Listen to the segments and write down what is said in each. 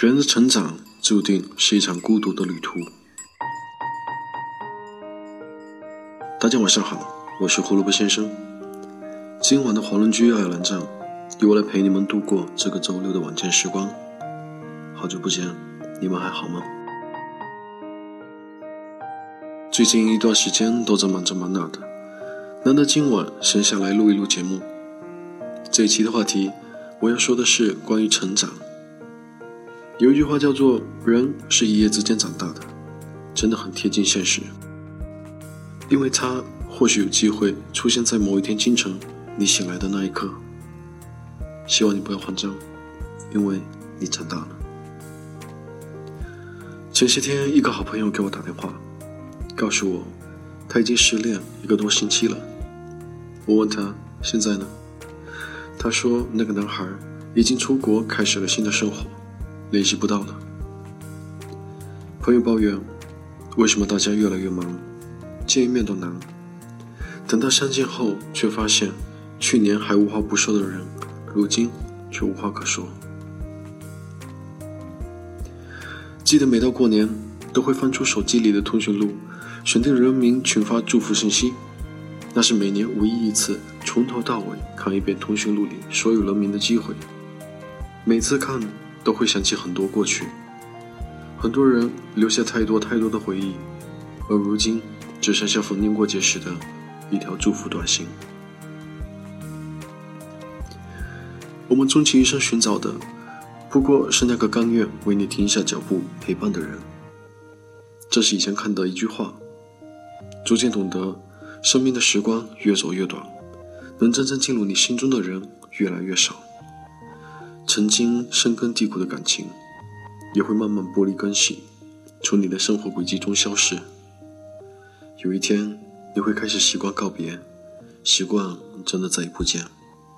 人的成长注定是一场孤独的旅途。大家晚上好，我是胡萝卜先生。今晚的华伦居爱尔兰站，由我来陪你们度过这个周六的晚间时光。好久不见，你们还好吗？最近一段时间都在忙这忙那的，难得今晚闲下来录一录节目。这一期的话题，我要说的是关于成长。有一句话叫做人是一夜之间长大的，真的很贴近现实。因为它或许有机会出现在某一天清晨你醒来的那一刻。希望你不要慌张，因为你长大了。前些天一个好朋友给我打电话，告诉我他已经失恋1个多星期了。我问他现在呢？他说那个男孩已经出国开始了新的生活，联系不到了。朋友抱怨为什么大家越来越忙，见一面都难，等到相见后却发现去年还无话不说的人，如今却无话可说。记得每到过年都会翻出手机里的通讯录，选定人民群发祝福信息，那是每年唯一一次从头到尾看一遍通讯录里所有人民的机会。每次看都会想起很多过去，很多人留下太多的回忆，而如今只剩下逢年过节时的一条祝福短信。我们终其一生寻找的，不过是那个甘愿为你停下脚步陪伴的人。这是以前看的一句话，逐渐懂得生命的时光越走越短，能真正进入你心中的人越来越少。曾经深根蒂固的感情也会慢慢剥离根系，从你的生活轨迹中消失。有一天你会开始习惯告别，习惯真的再也不见。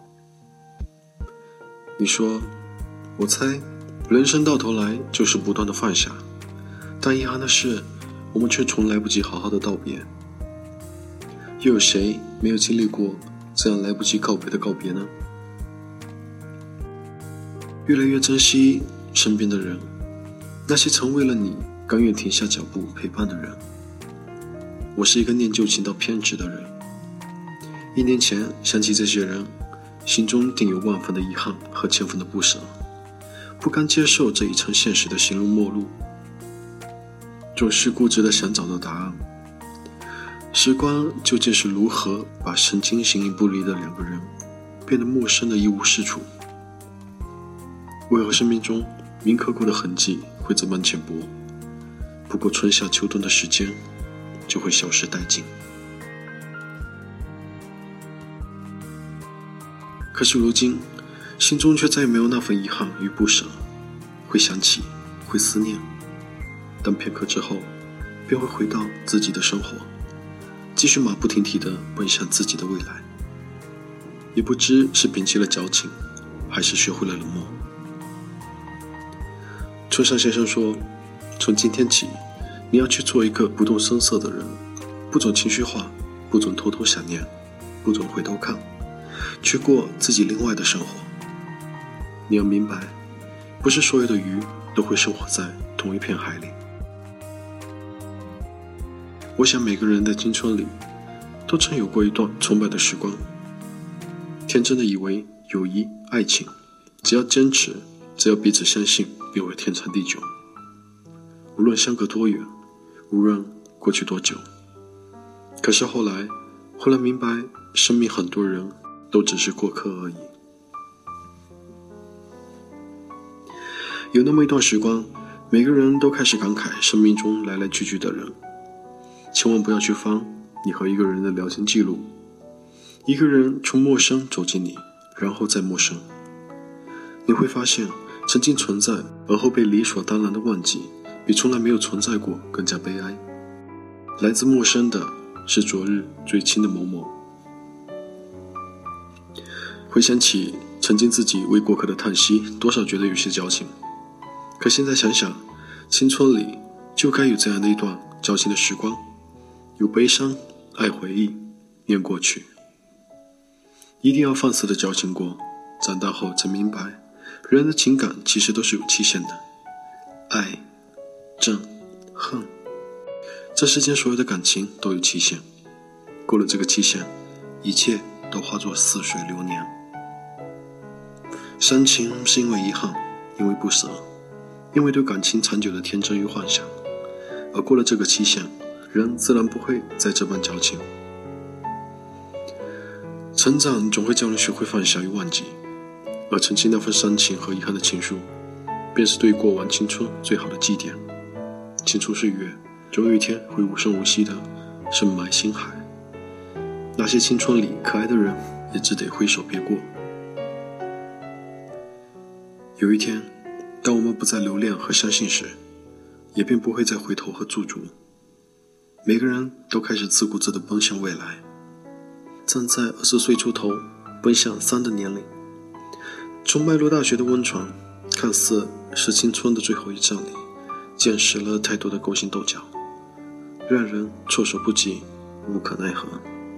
你说我猜人生到头来就是不断的放下，但遗憾的是我们却从来不及好好的道别。又有谁没有经历过这样来不及告别的告别呢？越来越珍惜身边的人，那些曾为了你甘愿停下脚步陪伴的人。我是一个念旧情到偏执的人，1年前想起这些人，心中定有万分的遗憾和千分的不舍，不甘接受这一层现实的行人末路，总是固执的想找到答案。时光究竟是如何把曾经形影不离的2个人变得陌生的一无是处？为何生命中铭刻过的痕迹会这么浅薄？不过春夏秋冬的时间就会消失殆尽。可是如今心中却再也没有那份遗憾与不舍，会想起，会思念，但片刻之后便会回到自己的生活，继续马不停蹄地奔向自己的未来。也不知是摒弃了矫情，还是学会了冷漠。村上先生说，从今天起你要去做一个不动声色的人，不准情绪化，不准偷偷想念，不准回头看，去过自己另外的生活。你要明白，不是所有的鱼都会生活在同一片海里。我想每个人的青春里都曾有过一段崇拜的时光，天真的以为友谊爱情只要坚持，只要彼此相信，便会天长地久。无论相隔多远，无论过去多久。可是后来明白，生命很多人都只是过客而已。有那么一段时光，每个人都开始感慨生命中来来去去的人。千万不要去翻你和一个人的聊天记录，一个人从陌生走进你，然后再陌生。你会发现曾经存在而后被理所当然的忘记，比从来没有存在过更加悲哀。来自陌生的是昨日最亲的某某。回想起曾经自己为过客的叹息，多少觉得有些矫情。可现在想想，青春里就该有这样的一段矫情的时光，有悲伤，爱回忆，念过去。一定要放肆的矫情过，长大后才明白，人的情感其实都是有期限的， 爱、憎、恨，这世间所有的感情都有期限，过了这个期限，一切都化作似水流年。煽情是因为遗憾，因为不舍，因为对感情长久的天真与幻想，而过了这个期限，人自然不会再这般矫情。成长总会教人学会放下与忘记，而曾经那份煽情和遗憾的情书，便是对过往青春最好的祭奠。青春岁月总有一天会无声无息地深埋心海，那些青春里可爱的人也只得挥手别过。有一天，当我们不再留恋和相信时，也便不会再回头和驻足。每个人都开始自顾自地奔向未来，站在20岁出头奔向3的年龄，从迈入大学的温床，看似是青春的最后一站里，见识了太多的勾心斗角，让人措手不及，无可奈何。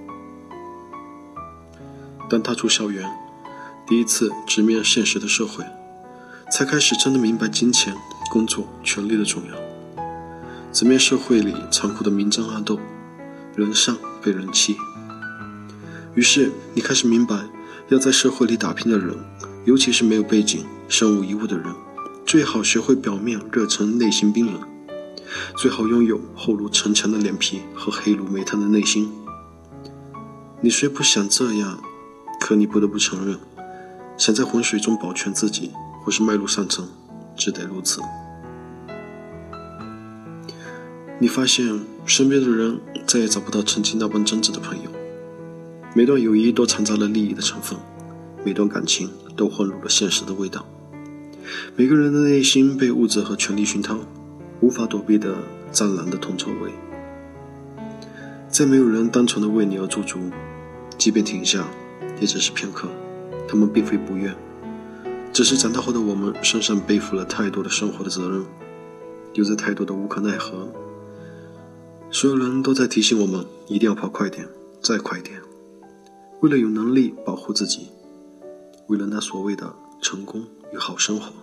当踏出校园，第一次直面现实的社会，才开始真的明白金钱、工作、权力的重要。直面社会里残酷的明争暗斗，人上被人欺。于是你开始明白，要在社会里打拼的人，尤其是没有背景、身无一物的人，最好学会表面热忱，内心冰冷，最好拥有厚如城墙的脸皮和黑如煤炭的内心。你虽不想这样，可你不得不承认，想在浑水中保全自己，或是迈入上层，只得如此。你发现身边的人再也找不到曾经那般真挚的朋友，每段友谊都掺杂了利益的成分，每段感情都混入了现实的味道。每个人的内心被物质和权力熏陶，无法躲避的湛蓝的铜臭味。再没有人单纯的为你而驻足，即便停下，也只是片刻。他们并非不愿，只是长大后的我们身上背负了太多的生活的责任，有着太多的无可奈何。所有人都在提醒我们一定要跑快点，再快点，为了有能力保护自己，为了那所谓的成功与好生活。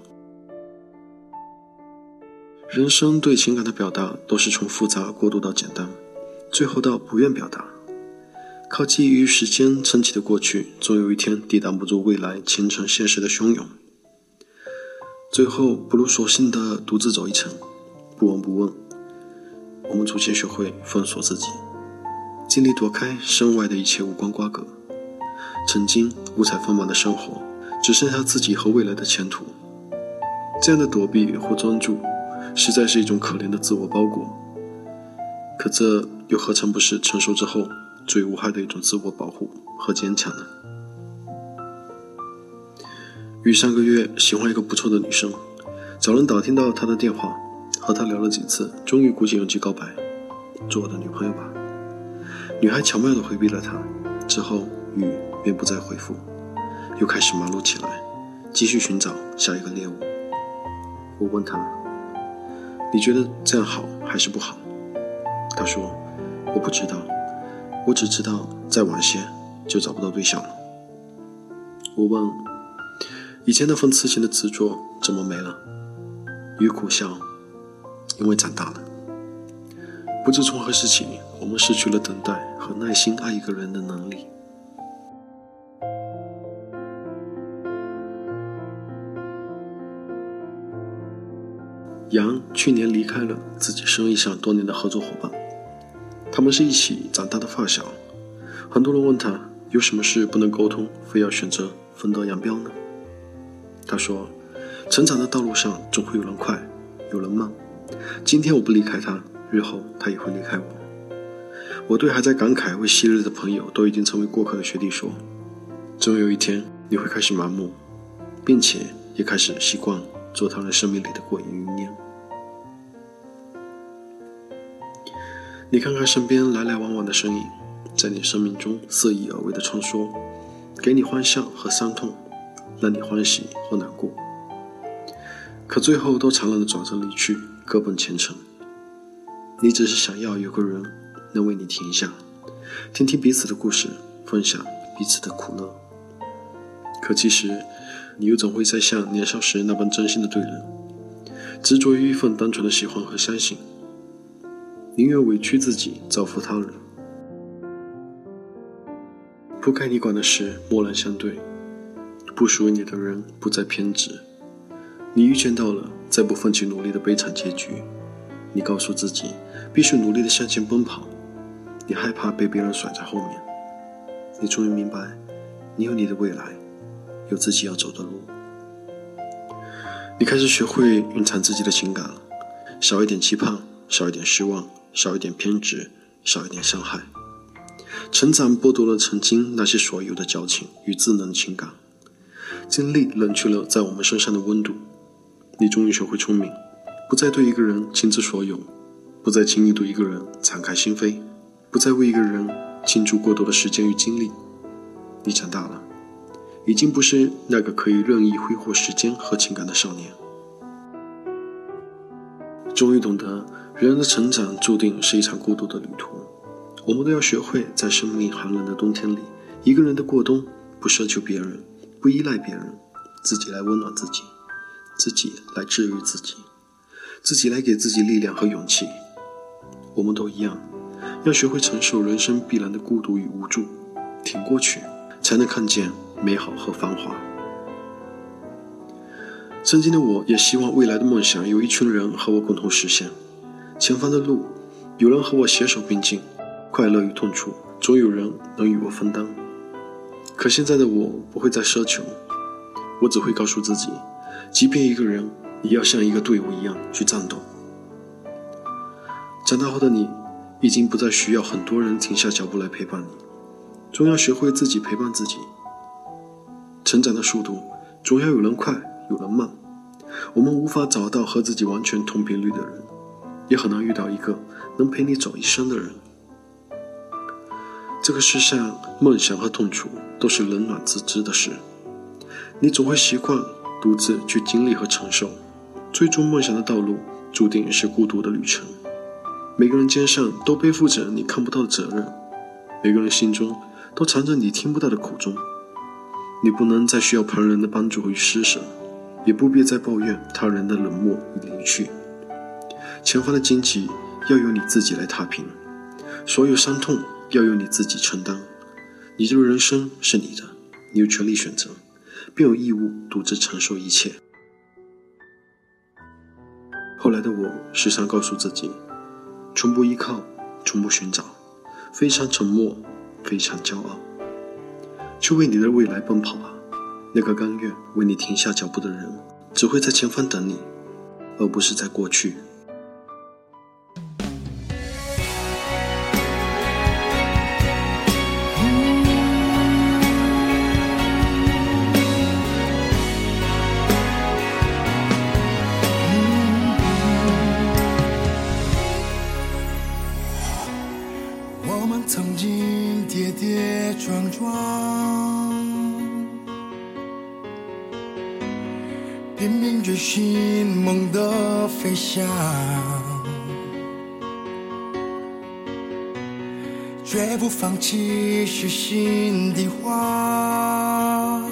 人生对情感的表达都是从复杂过渡到简单，最后到不愿表达。靠基于时间撑起的过去，总有一天抵挡不住未来前程现实的汹涌，最后不如索性的独自走一程，不闻不问。我们逐渐学会封锁自己，尽力躲开身外的一切无关瓜葛。曾经五彩丰满的生活，只剩下自己和未来的前途。这样的躲避或专注，实在是一种可怜的自我包裹。可这又何尝不是成熟之后最无害的一种自我保护和坚强呢？于上个月喜欢一个不错的女生，找人打听到她的电话，和她聊了几次，终于鼓起勇气告白，做我的女朋友吧。女孩巧妙地回避了他，之后雨便不再回复，又开始忙碌起来，继续寻找下一个猎物。我问她，你觉得这样好还是不好？她说，我不知道，我只知道再晚些就找不到对象了。我问，以前那份痴情的执着怎么没了？雨苦笑，因为长大了。不知从何时起，我们失去了等待和耐心爱一个人的能力。杨去年离开了自己生意上多年的合作伙伴，他们是一起长大的发小。很多人问他，有什么事不能沟通，非要选择分道扬镳呢？他说，成长的道路上总会有人快，有人慢。今天我不离开他，日后他也会离开我。我对还在感慨为昔日的朋友都已经成为过客的学弟说，总有一天你会开始麻木，并且也开始习惯做他人生命里的过眼云烟。你看看身边来来往往的身影，在你生命中肆意而为的穿梭，给你欢笑和伤痛，让你欢喜或难过，可最后都残忍地转身离去，各奔前程。你只是想要有个人能为你停下，听听彼此的故事，分享彼此的苦乐。可其实你又怎会再像年少时那般真心的对人？ 执着于一份单纯的喜欢和相信，宁愿委屈自己造福他人。不该你管的事默然相对，不属于你的人不再偏执。你预见到了再不奋起努力的悲惨结局，你告诉自己必须努力地向前奔跑，你害怕被别人甩在后面。你终于明白，你有你的未来，有自己要走的路。你开始学会蕴藏自己的情感了，少一点期盼，少一点失望，少一点偏执，少一点伤害。成长剥夺了曾经那些所有的矫情与稚嫩的情感，经历冷却了在我们身上的温度。你终于学会聪明，不再对一个人倾之所有，不再轻易对一个人敞开心扉，不再为一个人倾注过多的时间与精力。你长大了，已经不是那个可以任意挥霍时间和情感的少年。终于懂得，人的成长注定是一场孤独的旅途。我们都要学会在生命寒冷的冬天里，一个人的过冬，不奢求别人，不依赖别人，自己来温暖自己，自己来治愈自己，自己来给自己力量和勇气。我们都一样，要学会承受人生必然的孤独与无助，挺过去，才能看见美好和繁华。曾经的我也希望未来的梦想有一群人和我共同实现，前方的路有人和我携手并进，快乐与痛楚总有人能与我分担。可现在的我不会再奢求，我只会告诉自己，即便一个人也要像一个队伍一样去战斗。长大后的你已经不再需要很多人停下脚步来陪伴你，总要学会自己陪伴自己。成长的速度总要有人快有人慢，我们无法找到和自己完全同频率的人，也很难遇到一个能陪你走一生的人。这个世上，梦想和痛楚都是冷暖自知的事，你总会习惯独自去经历和承受。追逐梦想的道路注定是孤独的旅程，每个人肩上都背负着你看不到的责任，每个人心中都藏着你听不到的苦衷。你不能再需要旁人的帮助与施舍，也不必再抱怨他人的冷漠与离去。前方的荆棘要由你自己来踏平，所有伤痛要由你自己承担。你的人生是你的，你有权利选择，并有义务独自承受一切。后来的我时常告诉自己，从不依靠，从不寻找，非常沉默，非常骄傲。去为你的未来奔跑啊！那个甘愿为你停下脚步的人，只会在前方等你，而不是在过去。 我们曾经跌跌撞撞，拼命追寻梦的飞翔，绝不放弃是心的话，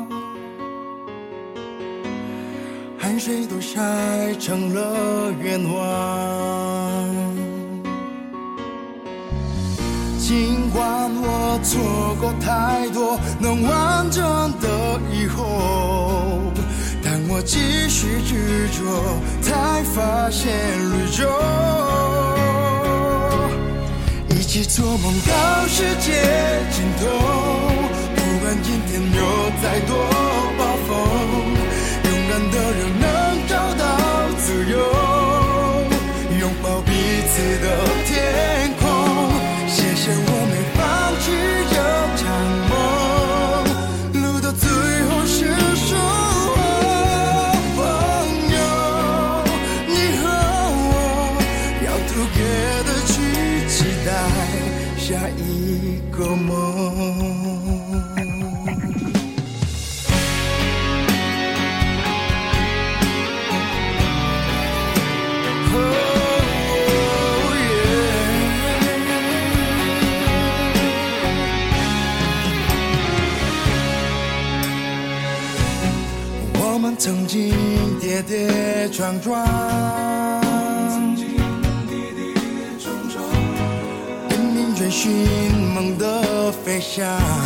汗水都晒成了愿望。尽管我错过太多能完整的以后，但我继续执着，才发现绿洲。一起做梦到世界尽头，不管今天有再多暴风，勇敢的人能找到自由，拥抱彼此的天空。谢谢我没放弃这场梦，路到最后是守候。朋友，你和我要 together 去期待下一个梦。曾经跌跌闯撞，拼命追寻梦的飞翔，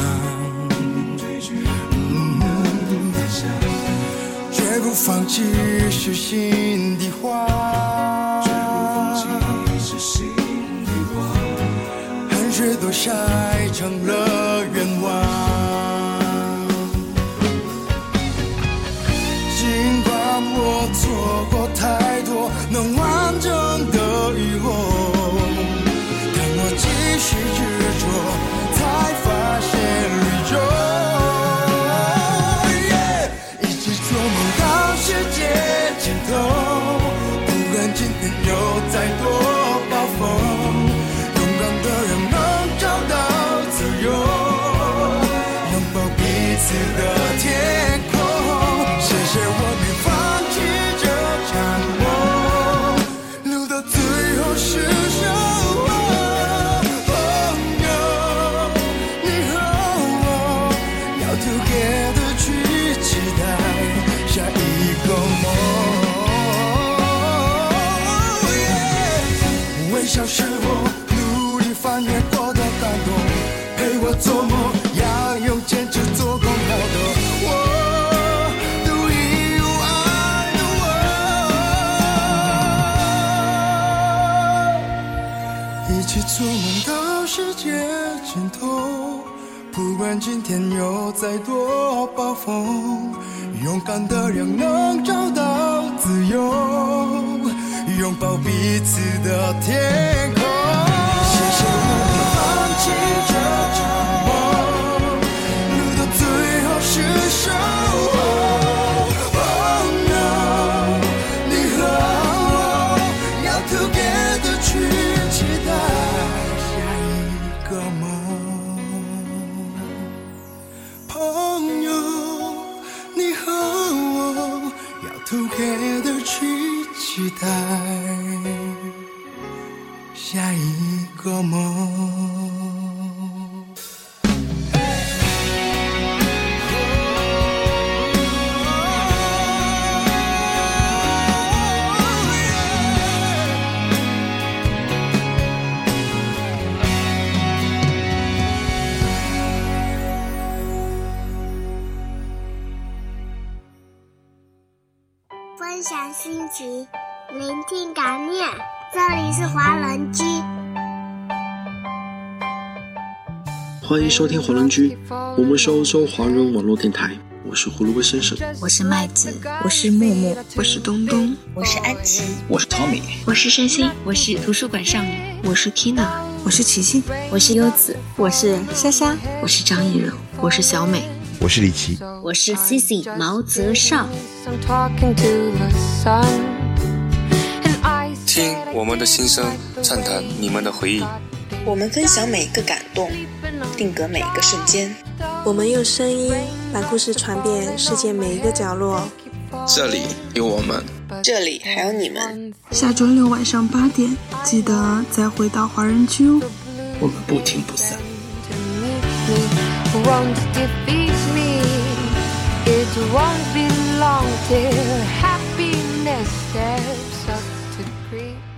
绝不放弃是心的话，汗水都晒成了愿望。尽管我错过太多能完整的以后，当我继续执着，才发现绿洲。一起做梦到世界尽头，不管今天有再多暴风，勇敢的人能找到自由，拥抱彼此的天空。谢谢我没放弃这场梦，留到最后是守候。朋友，你和我要 together 去期待下一个梦。微笑是我努力翻越过的感动，陪我做梦，要用坚持做更好的我。一起做梦到世界尽头，不管今天有再多暴风，勇敢的人能找到自由，拥抱彼此的天空。谢谢我没放弃这场梦，路到最后是守候。朋友，你和我要 together 去期待下一个梦。朋友，你和我要 together 去期待下一个梦。 分享心情，聆听感念，这里是华人居。 欢迎收听华人居，我们是欧洲华人网络电台，我是胡萝卜先生， 我是麦子，我是木木， 我是东东， 我是安琪， 我是 Tommy， 我是山心， 我是图书馆少女， 我是 Tina， 我是琪琪， 我是柚子， 我是莎莎， 我是张艺柔， 我是小美， 我是李琦， 我是 Cici 毛泽少。 听我们的心声，畅谈你们的回忆。 我们分享每一个感动，定格每一个瞬间。 我们用声音把故事传遍世界每一个角落。 这里有我们， 这里还有你们。 下周六晚上8点，记得再回到华人区哦。 我们不听不散。 Won't defeat me. It won't be long till happiness steps up to creep.